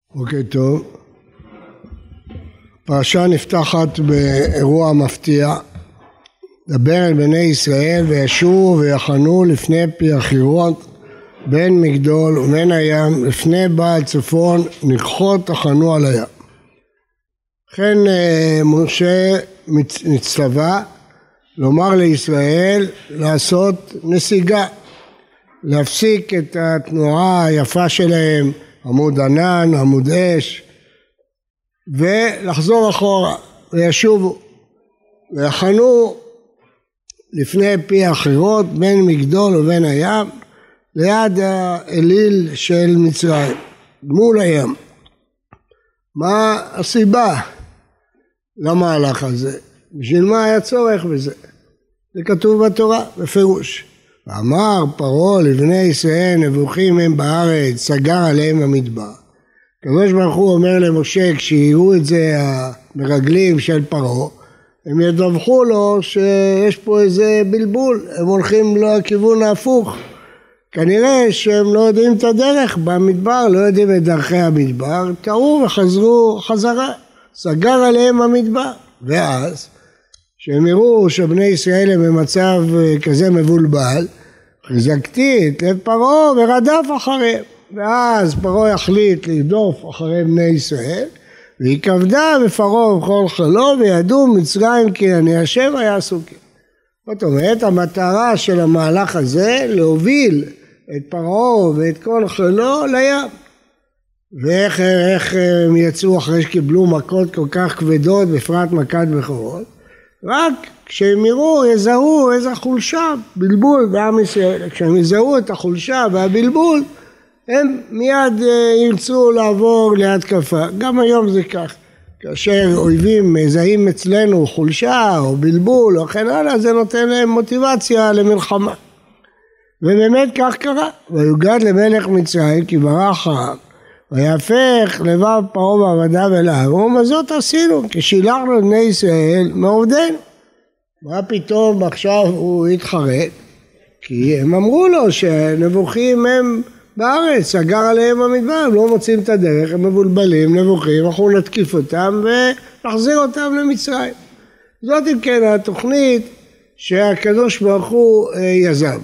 אוקיי, טוב. הפרשה נפתחת באירוע מפתיע. דבר אל בני ישראל וישובו ויחנו לפני פי החירות בין מגדול ובין הים לפני בעל צפון נכחות תחנו על הים. לכן משה נצטווה לומר לישראל לעשות נסיגה, להפסיק את התנועה היפה שלהם, עמוד ענן, עמוד אש, ולחזור אחורה, וישובו, ויחנו לפני פי החירות בין מגדול ובין הים, ליד האליל של מצרים, מול הים. מה הסיבה למהלך הזה? בשביל מה היה צורך בזה? זה כתוב בתורה, בפירוש. ואמר פרעה לבני ישראל נבוכים הם בארץ, סגר עליהם המדבר. הקדוש ברוך הוא אומר למשה, כשיראו את זה המרגלים של פרעה, הם ידווחו לו שיש פה איזה בלבול, הם הולכים לכיוון ההפוך. כנראה שהם לא יודעים את הדרך במדבר, לא יודעים את דרכי המדבר, קראו וחזרו חזרה, סגר עליהם המדבר. ואז, כשהם יראו שבני ישראל הם במצב כזה מבולבל, חזקתי את לב פרעה ורדף אחריהם. ואז פרעה יחליט לרדוף אחרי בני ישראל, והיא כבדה בפרעה ובכל חילו, וידעו מצרים כי אני השם יעשו כן. זאת אומרת, המטרה של המהלך הזה להוביל את פרעה ואת כל חילו לים. ואיך הם יצאו אחרי שקיבלו מכות כל כך כבדות, בפרט מכת בכורות? רק כשהם יראו, יזהו איזו חולשה, בלבול בעם ישראל. כשהם יזהו את החולשה והבלבול, הם מיד ירצו לעבור להתקפה. גם היום זה כך. כאשר אויבים מזהים אצלנו חולשה או בלבול או כן הלאה, זה נותן להם מוטיבציה למלחמה. ובאמת כך קרה. ויוגד למלך מצרים כי ברח העם. ויהפך לבב פרעה ועבדיו אל הארום, אז זאת עשינו, כי שילחנו את בני ישראל מעובדינו. מה פתאום עכשיו הוא התחרט? כי הם אמרו לו שנבוכים הם בארץ, סגר עליהם המדבר, הם לא מוצאים את הדרך, הם מבולבלים, נבוכים, אנחנו נתקיף אותם ונחזיר אותם למצרים. זאת אם כן התוכנית שהקדוש ברוך הוא יזם.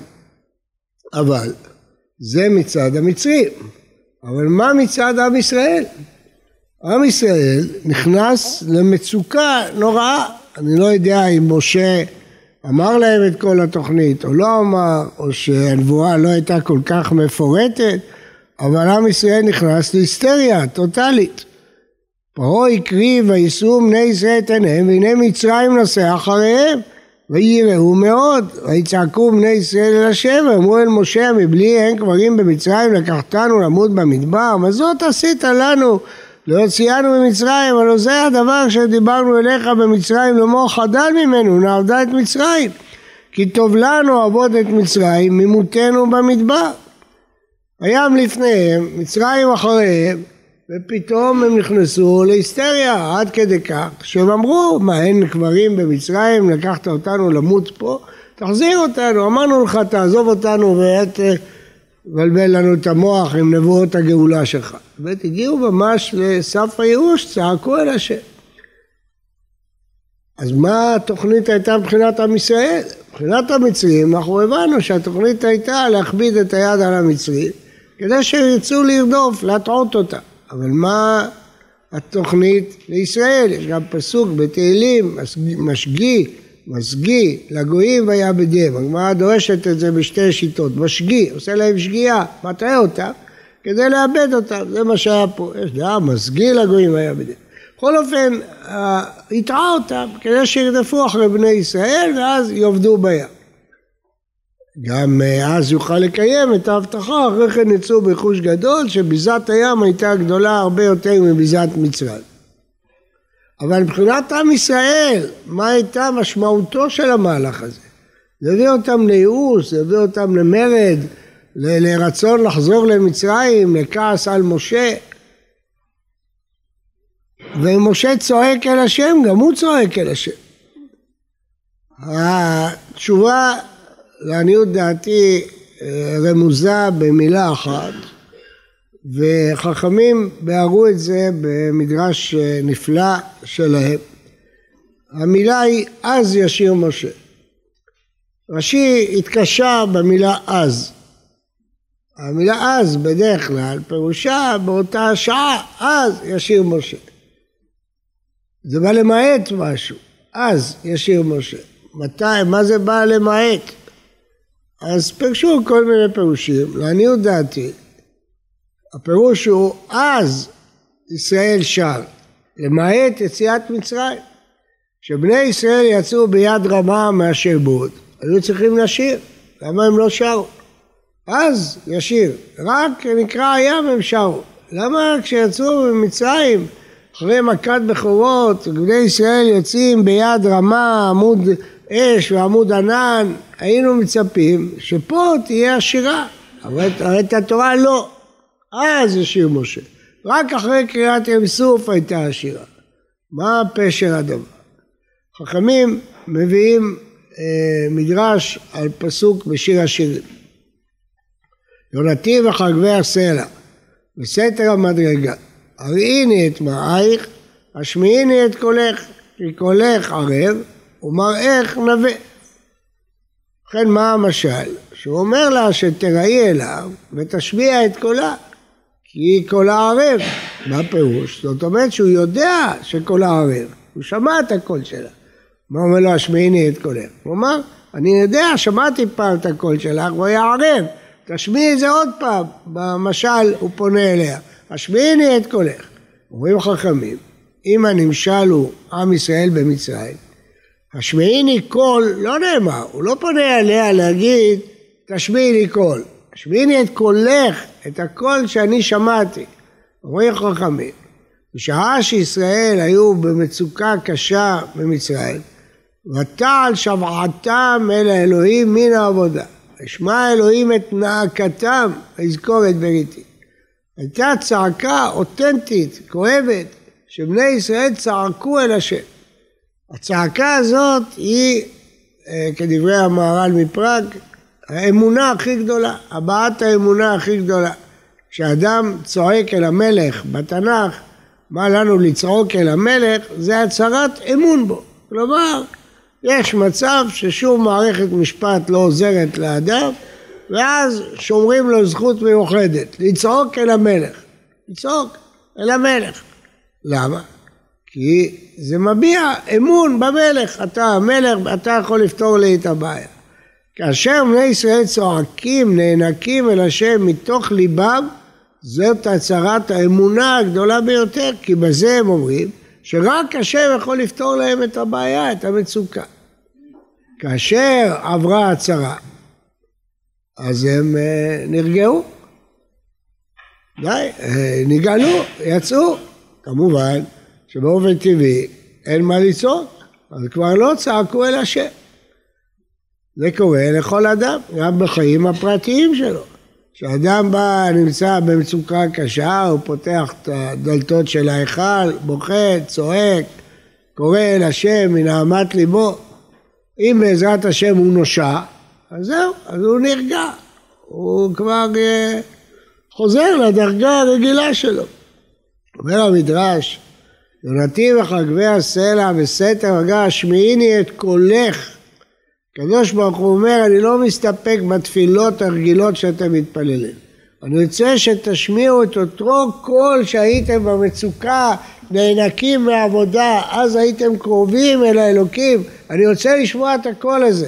אבל זה מצד המצרים. אבל מה מצד עם ישראל? עם ישראל נכנס למצוקה נוראה. אני לא יודע אם משה אמר להם את כל התוכנית או לא אמר, או שהנבואה לא הייתה כל כך מפורטת, אבל עם ישראל נכנס להיסטריה טוטלית. פרעה הקריב ויסעו בני ישראל את עיניהם, והנה מצרים נוסע אחריהם, ויראו מאוד, ויצעקו בני ישראל אל השם, ואמרו אל משה, מבלי אין קברים במצרים, לקחתנו למות במדבר, מה זאת עשית לנו להוציאנו ממצרים? הלא זה הדבר שדיברנו אליך במצרים, לאמור חדל ממנו, נעבדה את מצרים, כי טוב לנו עבוד את מצרים ממותנו במדבר. הים לפניהם, מצרים אחריהם, ופתאום הם נכנסו להיסטריה עד כדי כך שהם אמרו, מה אין קברים במצרים, לקחת אותנו למות פה, תחזיר אותנו, אמרנו לך תעזוב אותנו ותבלבל לנו את המוח עם נבואות הגאולה שלך. והגיעו ממש לסף הייאוש, צעקו אל השם. אז מה התוכנית הייתה מבחינת עם ישראל? מבחינת המצרים אנחנו הבנו שהתוכנית הייתה להכביד את היד על המצרים כדי שירצו לרדוף, להטעות אותה. אבל מה התוכנית לישראל? יש גם פסוק בתהילים, משגי לגויים ויעבדיהם. הגמרא דורשת את זה בשתי שיטות. משגי, עושה להם שגיאה, מטעה אותם, כדי לאבד אותם. זה מה שהיה פה. יש דעה, משגי לגויים ויעבדיהם. בכל אופן, יטעה אותם כדי שירדפו אחרי בני ישראל, ואז יעבדו בים. גם אז יוכל לקיים את ההבטחה, אחרי כן יצאו בחוש גדול, שביזת הים הייתה גדולה הרבה יותר מביזת מצרים. אבל מבחינת עם ישראל, מה הייתה משמעותו של המהלך הזה? זה הביא אותם לייאוש, זה הביא אותם למרד, לרצון לחזור למצרים, לכעס על משה. ומשה צועק אל השם, גם הוא צועק אל השם. התשובה, לעניות דעתי, רמוזה במילה אחת, וחכמים בארו את זה במדרש נפלא שלהם. המילה היא אז ישיר משה. רש"י התקשה במילה אז. המילה אז בדרך כלל פירושה באותה שעה, אז ישיר משה. זה בא למעט משהו, אז ישיר משה. מתי, מה זה בא למעט? אז פירשו כל מיני פירושים, לעניות דעתי. הפירוש הוא אז ישראל שר, למעט יציאת מצרים. שבני ישראל יצאו ביד רמה מהשעבוד, היו צריכים לשיר, למה הם לא שרו? אז ישיר, רק נקרא הים הם שרו. למה כשיצאו ממצרים, אחרי מכת בכורות, בני ישראל יוצאים ביד רמה, עמוד אש ועמוד ענן, היינו מצפים שפה תהיה השירה, אבל את התורה לא. אז ישיר משה, רק אחרי קריאת ים סוף הייתה השירה. מה פשר הדבר? חכמים מביאים מדרש על פסוק בשיר השירים. יונתי וחגבי הסלע, בסתר המדרגה, הראיני את מראייך, השמיעיני את קולך, כי קולך ערב ומראייך נווה. לכן מה המשל? שהוא אומר לה שתראי אליו ותשמיע את קולה, כי קולה ערב. מה פירוש? זאת אומרת שהוא יודע שקולה ערב, הוא שמע את הקול שלה. מה אומר לו? השמיעיני את קולך. הוא אומר, אני יודע, שמעתי פעם את הקול שלך, הוא היה ערב, תשמיעי את זה עוד פעם. במשל הוא פונה אליה, השמיעיני את קולך. אומרים חכמים, אם הנמשל הוא עם ישראל במצרים, השמיעיני קול לא נאמר, הוא לא פונה אליה להגיד, תשמיעי לי קול. השמיעיני את קולך, את הקול שאני שמעתי. אומרים חכמים, בשעה שישראל היו במצוקה קשה במצרים, ותעל שבעתם אל האלוהים מן העבודה. השמע אלוהים את נאקתם, ויזכור את בריתי. הייתה צעקה אותנטית, כואבת, שבני ישראל צעקו אל השם. הצעקה הזאת היא, כדברי המהר"ל מפראג, האמונה הכי גדולה, הבעת האמונה הכי גדולה. כשאדם צועק אל המלך בתנ"ך, מה לנו לצעוק אל המלך, זה הצהרת אמון בו. כלומר, יש מצב ששום מערכת משפט לא עוזרת לאדם, ואז שומרים לו זכות מיוחדת, לצעוק אל המלך. לצעוק אל המלך. למה? כי זה מביע אמון במלך. אתה המלך, אתה יכול לפתור לי את הבעיה. כאשר בני ישראל צועקים, נאנקים אל השם מתוך ליבם, זאת הצהרת האמונה הגדולה ביותר, כי בזה הם אומרים שרק השם יכול לפתור להם את הבעיה, את המצוקה. כאשר עברה הצרה, אז הם נרגעו, די, נגאלו, יצאו. כמובן שבאופן טבעי אין מה לצעוק, אז כבר לא צעקו אל השם. זה קורה לכל אדם, גם בחיים הפרטיים שלו. כשאדם בא, נמצא במצוקה קשה, הוא פותח את הדלתות של ההיכל, בוכה, צועק, קורא אל השם מנהמת ליבו. אם בעזרת השם הוא נושע, אז זהו, אז הוא נרגע. הוא כבר חוזר לדרגה הרגילה שלו. אומר המדרש, יונתי וחגבי הסלע בסתר המדרגה, השמיעיני את קולך. הקדוש ברוך הוא אומר, אני לא מסתפק בתפילות הרגילות שאתם מתפללים. אני רוצה שתשמיעו את אותו קול שהייתם במצוקה, נאנקים מעבודה, אז הייתם קרובים אל האלוקים. אני רוצה לשמוע את הקול הזה.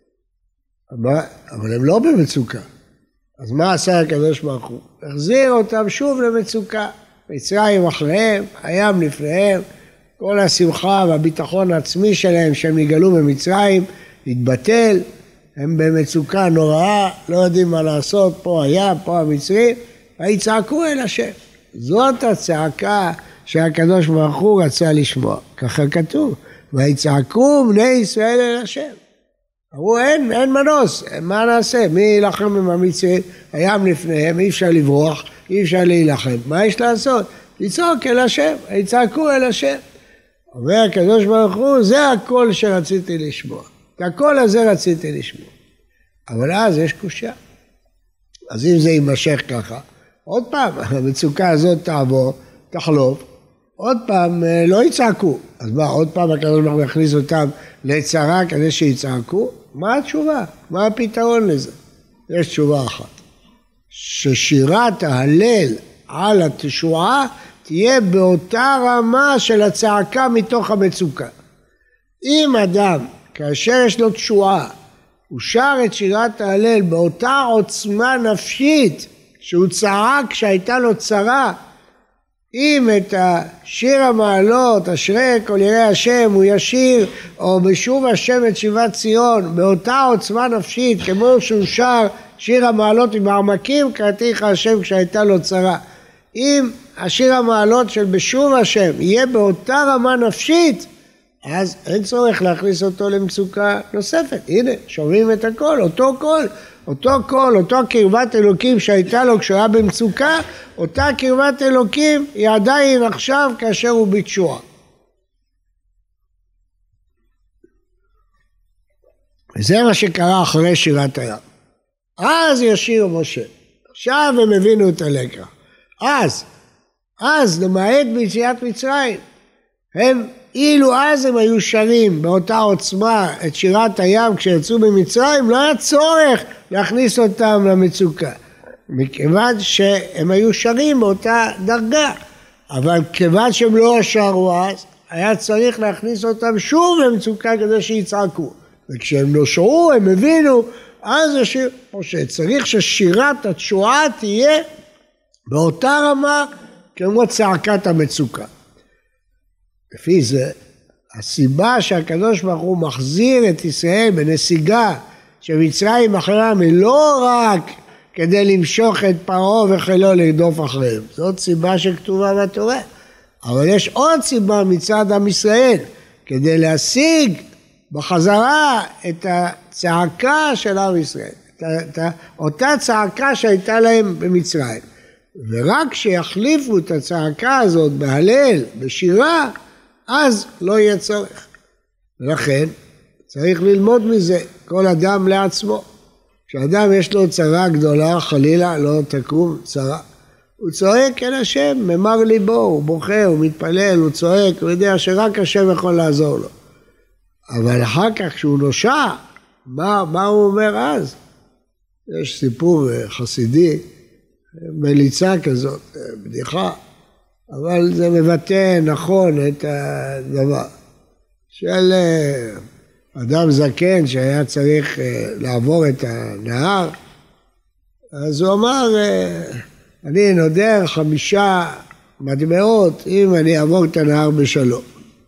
אבל הם לא במצוקה. אז מה עשה הקדוש ברוך הוא? החזיר אותם שוב למצוקה. מצרים אחריהם, הים לפניהם, כל השמחה והביטחון העצמי שלהם שהם נגאלו במצרים, התבטל, הם במצוקה נוראה, לא יודעים מה לעשות, פה הים, פה המצרים, ויצעקו אל השם. זאת הצעקה שהקדוש ברוך הוא רצה לשמוע, ככה כתוב, ויצעקו בני ישראל אל השם. אמרו אין מנוס, מה נעשה? מי ילחם עם המצרים? הים לפניהם, אי אפשר לברוח, אי אפשר להילחם. מה יש לעשות? לצעוק אל השם, יצעקו אל השם. אומר הקדוש ברוך הוא, זה הקול שרציתי לשמוע. את הקול הזה רציתי לשמוע. אבל אז יש קושיה. אז אם זה יימשך ככה, עוד פעם, המצוקה הזאת תעבור, תחלוף, עוד פעם לא יצעקו. אז מה, עוד פעם הקדוש ברוך הוא יכניס אותם לצרה כדי שיצעקו? מה התשובה? מה הפתרון לזה? יש תשובה אחת. ששירת ההלל על התשועה תהיה באותה רמה של הצעקה מתוך המצוקה. אם אדם, כאשר יש לו תשועה, הוא שר את שירת ההלל באותה עוצמה נפשית שהוא צעק כשהייתה לו צרה, אם את השיר המעלות, אשרי כל יראי השם, הוא ישיר, או בשוב השם את שיבת ציון, באותה עוצמה נפשית, כמו שהוא שר שיר המעלות עם העמקים, קראתיך השם כשהייתה לו צרה. אם השיר המעלות של בשוב השם יהיה באותה רמה נפשית, אז אין צורך להכניס אותו למצוקה נוספת. הנה, שומעים את הכל, אותו קול, אותו קרבת אלוקים שהייתה לו כשהוא היה במצוקה, אותה קרבת אלוקים היא עדיין עכשיו כאשר הוא בתשועה. וזה מה שקרה אחרי שירת הים. אז ישיר משה. עכשיו הם הבינו את הלקח. אז למעט ביציאת מצרים, אילו אז הם היו שרים באותה עוצמה את שירת הים כשיצאו במצרים, לא היה צורך להכניס אותם למצוקה, מכיוון שהם היו שרים באותה דרגה, אבל כיוון שהם לא שרו אז, היה צריך להכניס אותם שוב למצוקה כדי שיצעקו, וכשהם לא שרו הם הבינו, אז השיר, משה, צריך ששירת התשועה תהיה באותה רמה כמו צעקת המצוקה. לפי זה, הסיבה שהקדוש ברוך הוא מחזיר את ישראל בנסיגה שמצרים אחריהם היא לא רק כדי למשוך את פרעה וחילו לרדוף אחריהם. זאת סיבה שכתובה בתורה. אבל יש עוד סיבה מצד עם ישראל, כדי להשיג בחזרה את הצעקה של עם ישראל. אותה צעקה שהייתה להם במצרים. ורק שיחליפו את הצעקה הזאת בהלל, בשירה, אז לא יהיה צורך. ולכן צריך ללמוד מזה, כל אדם לעצמו. כשאדם יש לו צרה גדולה, חלילה לא תקום צרה, הוא צועק אל השם, ממר ליבו, הוא בוכה, הוא מתפלל, הוא צועק, הוא יודע שרק השם יכול לעזור לו. אבל אחר כך כשהוא נושע, מה הוא אומר אז? יש סיפור חסידי, מליצה כזאת, בדיחה, אבל זה מבטא נכון את הדבר של אדם זקן שהיה צריך לעבור את הנהר, אז הוא אמר, אני נודר 5 מטבעות אם אני אעבור את הנהר בשלום.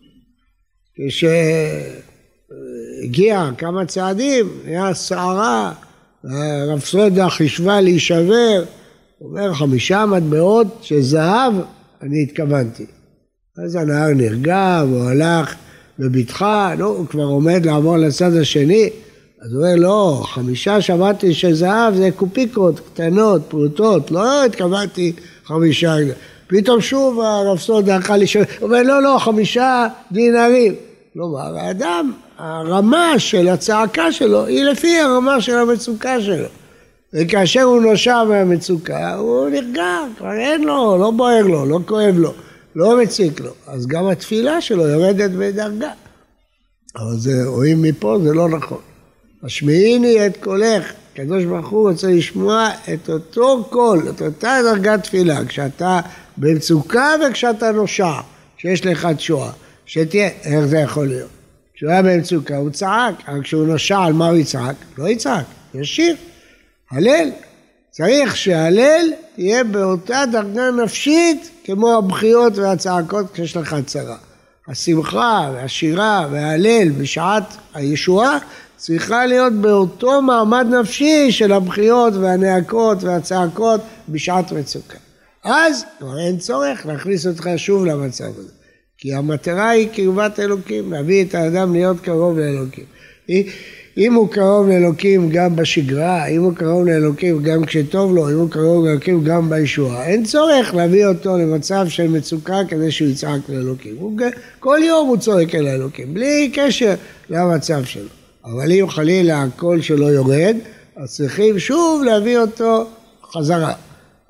כשהגיע כמה צעדים, היה סערה, הרב סרודה חישבה להישבר, הוא אומר 5 מטבעות של זהב, אני התכוונתי. אז הנהר נרגע, והוא הלך בבטחה, הוא כבר עומד לעבור לצד השני, אז הוא אומר, לא, 5 שמעתי של זהב זה קופיקות קטנות, פרוטות, לא התכוונתי 5. פתאום שוב הרב סרודה הלכה לשאול, הוא אומר, לא, 5 דינרים. כלומר, האדם, הרמה של הצעקה שלו היא לפי הרמה של המצוקה שלו. וכאשר הוא נושע מהמצוקה, הוא נרגע, כבר אין לו, לא בוער לו, לא כואב לו, לא מציק לו. אז גם התפילה שלו יורדת בדרגה. אבל זה, רואים מפה, זה לא נכון. השמיעיני את קולך, הקדוש ברוך הוא רוצה לשמוע את אותו קול, את אותה דרגת תפילה, כשאתה במצוקה וכשאתה נושע, כשיש לך תשועה, שתהיה, איך זה יכול להיות? כשהוא היה במצוקה הוא צעק, אבל כשהוא נושע על מה הוא יצעק? לא יצעק, ישיר. הלל, צריך שההלל תהיה באותה דרגה נפשית כמו הבכיות והצעקות כשיש לך צרה. השמחה והשירה וההלל בשעת הישועה צריכה להיות באותו מעמד נפשי של הבכיות והנאקות והצעקות בשעת מצוקה. אז כבר אין צורך להכניס אותך שוב למצב הזה. כי המטרה היא קרבת אלוקים, להביא את האדם להיות קרוב לאלוקים. אם הוא קרוב לאלוקים גם בשגרה, אם הוא קרוב לאלוקים גם כשטוב לו, אם הוא קרוב לאלוקים גם בישועה, אין צורך להביא אותו למצב של מצוקה כדי שהוא יצעק לאלוקים. כל יום הוא צועק אל האלוקים, בלי קשר למצב שלו. אבל אם חלילה הקול שלו יורד, אז צריכים שוב להביא אותו חזרה.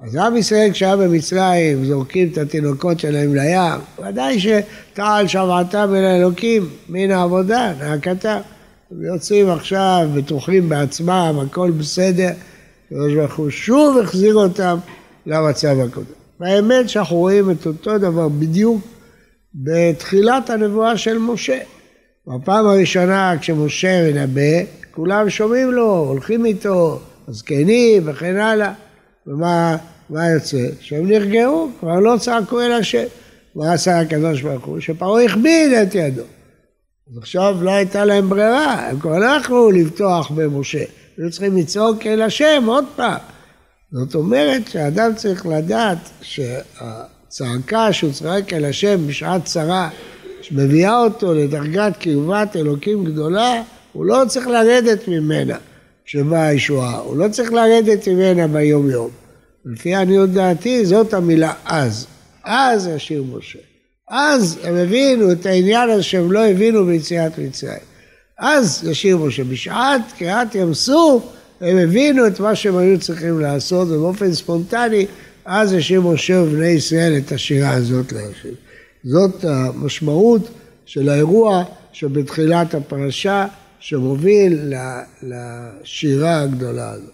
אז עם ישראל כשהיה במצרים, זורקים את התינוקות שלהם לים, ודאי שתעל שבעתם אל האלוקים מן העבודה, נעקתה. הם יוצאים עכשיו, בטוחים בעצמם, הכל בסדר, הקדוש ברוך הוא שוב החזיר אותם למצב הקודם. והאמת שאנחנו רואים את אותו דבר בדיוק בתחילת הנבואה של משה. בפעם הראשונה כשמשה מנבא, כולם שומעים לו, הולכים איתו, הזקנים וכן הלאה. ומה יוצא? שהם נרגעו, כבר לא צעקו אל השם. מה עשה הקדוש ברוך הוא? שפרעה הכביד את ידו. אז עכשיו לא הייתה להם ברירה, הם כבר לא יכלו לבטוח במשה. היו צריכים לצעוק אל השם עוד פעם. זאת אומרת שהאדם צריך לדעת שהצעקה שהוא צועק אל השם בשעת צרה, שמביאה אותו לדרגת קרבת אלוקים גדולה, הוא לא צריך לרדת ממנה כשבאה הישועה, הוא לא צריך לרדת ממנה ביום יום. לפי עניות דעתי זאת המילה אז. אז ישיר משה. אז הם הבינו את העניין הזה שהם לא הבינו ביציאת מצרים. אז ישיר משה. בשעת קריעת ים סוף הם הבינו את מה שהם היו צריכים לעשות, ובאופן ספונטני אז ישיר משה ובני ישראל את השירה הזאת להשם. זאת המשמעות של האירוע שבתחילת הפרשה שמוביל לשירה הגדולה הזאת.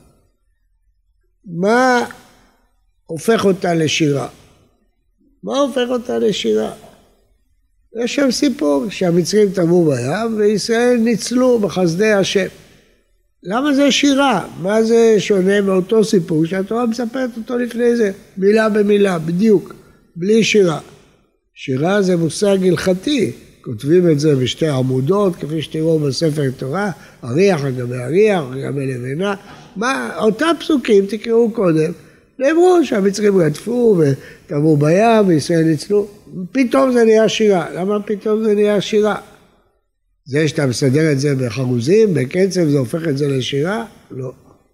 מה הופך אותה לשירה? מה הופך אותה לשירה? יש שם סיפור שהמצרים טבעו בים וישראל ניצלו בחסדי השם. למה זה שירה? מה זה שונה מאותו סיפור שהתורה מספרת אותו לפני זה? מילה במילה, בדיוק, בלי שירה. שירה זה מושג הלכתי, כותבים את זה בשתי עמודות, כפי שתראו בספר תורה, אריח לגבי אריח, לגבי לבנה. מה, אותם פסוקים תקראו קודם, נאמרו שהמצרים רדפו וטבעו בים וישראל ניצלו. פתאום זה נהיה שירה. למה פתאום זה נהיה שירה? זה שאתה מסדר את זה בחרוזים, בקצב זה הופך את זה לשירה? לא.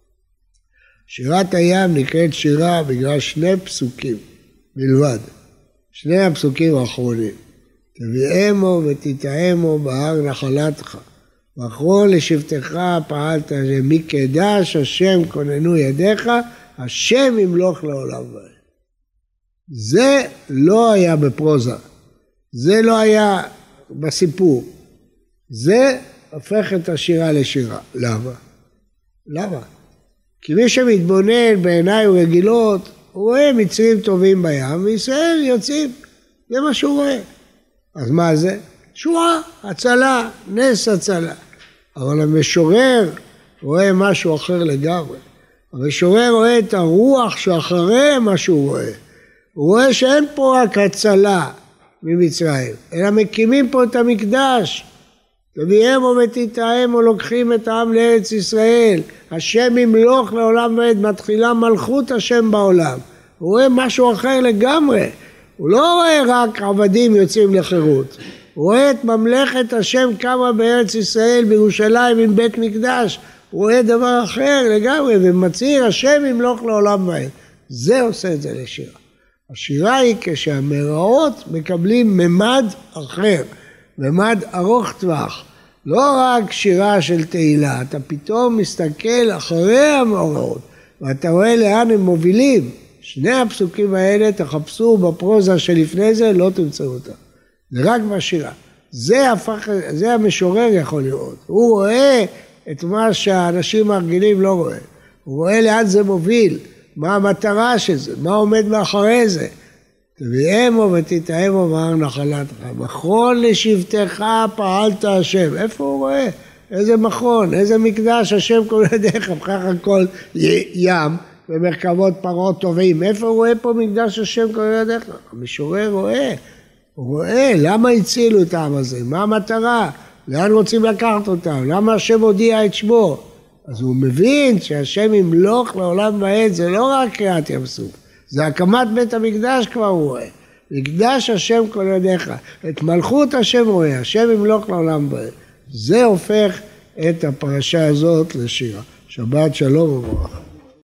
שירת הים נקראת שירה בגלל שני פסוקים בלבד. שני הפסוקים האחרונים. תביאמו ותטעמו בהר נחלתך. ואחרון לשבטך פעלת מקדש השם כוננו ידיך, השם ימלוך לעולם ועד. זה לא היה בפרוזה. זה לא היה בסיפור. זה הופך את השירה לשירה. למה? למה? כי מי שמתבונן בעיניים רגילות, הוא רואה מצרים טובים בים, וישראל יוצאים. זה מה שהוא רואה. אז מה זה? שואה, הצלה, נס הצלה. אבל המשורר רואה משהו אחר לגמרי. המשורר רואה את הרוח שאחרי מה שהוא רואה. הוא רואה שאין פה רק הצלה ממצרים, אלא מקימים פה את המקדש. תביאמו ותטעמו לוקחים את העם לארץ ישראל. השם ימלוך לעולם ועד, מתחילה מלכות השם בעולם. הוא רואה משהו אחר לגמרי. הוא לא רואה רק עבדים יוצאים לחירות. הוא רואה את ממלכת השם קמה בארץ ישראל, בירושלים עם בית מקדש. הוא רואה דבר אחר לגמרי, ומצהיר השם ימלוך לעולם ועד. זה עושה את זה לשירה. השירה היא כשהמראות מקבלים ממד אחר, ממד ארוך טווח. לא רק שירה של תהילה, אתה פתאום מסתכל אחרי המאורעות, ואתה רואה לאן הם מובילים. שני הפסוקים האלה תחפשו בפרוזה שלפני זה, לא תמצאו אותה. זה רק בשירה. זה המשורר יכול לראות. הוא רואה את מה שהאנשים הרגילים לא רואים. הוא רואה לאן זה מוביל, מה המטרה של זה, מה עומד מאחורי זה. תביאמו ותטעמו בהר נחלתך. מכון לשבטך פעלת השם. איפה הוא רואה? איזה מכון, איזה מקדש השם כל ידיך, בכך הכל ים ומרכבות פרות טובים. איפה הוא רואה פה מקדש השם כל ידיך? המשורר רואה. הוא רואה למה הצילו את העם הזה, מה המטרה, לאן רוצים לקחת אותם, למה השם הודיע את שמו. אז הוא מבין שהשם ימלוך לעולם ועד, זה לא רק קריעת ים סוף, זה הקמת בית המקדש כבר הוא רואה. מקדש השם כל ידיך, את מלכות השם רואה, השם ימלוך לעולם ועד. זה הופך את הפרשה הזאת לשירה. שבת שלום וברכה.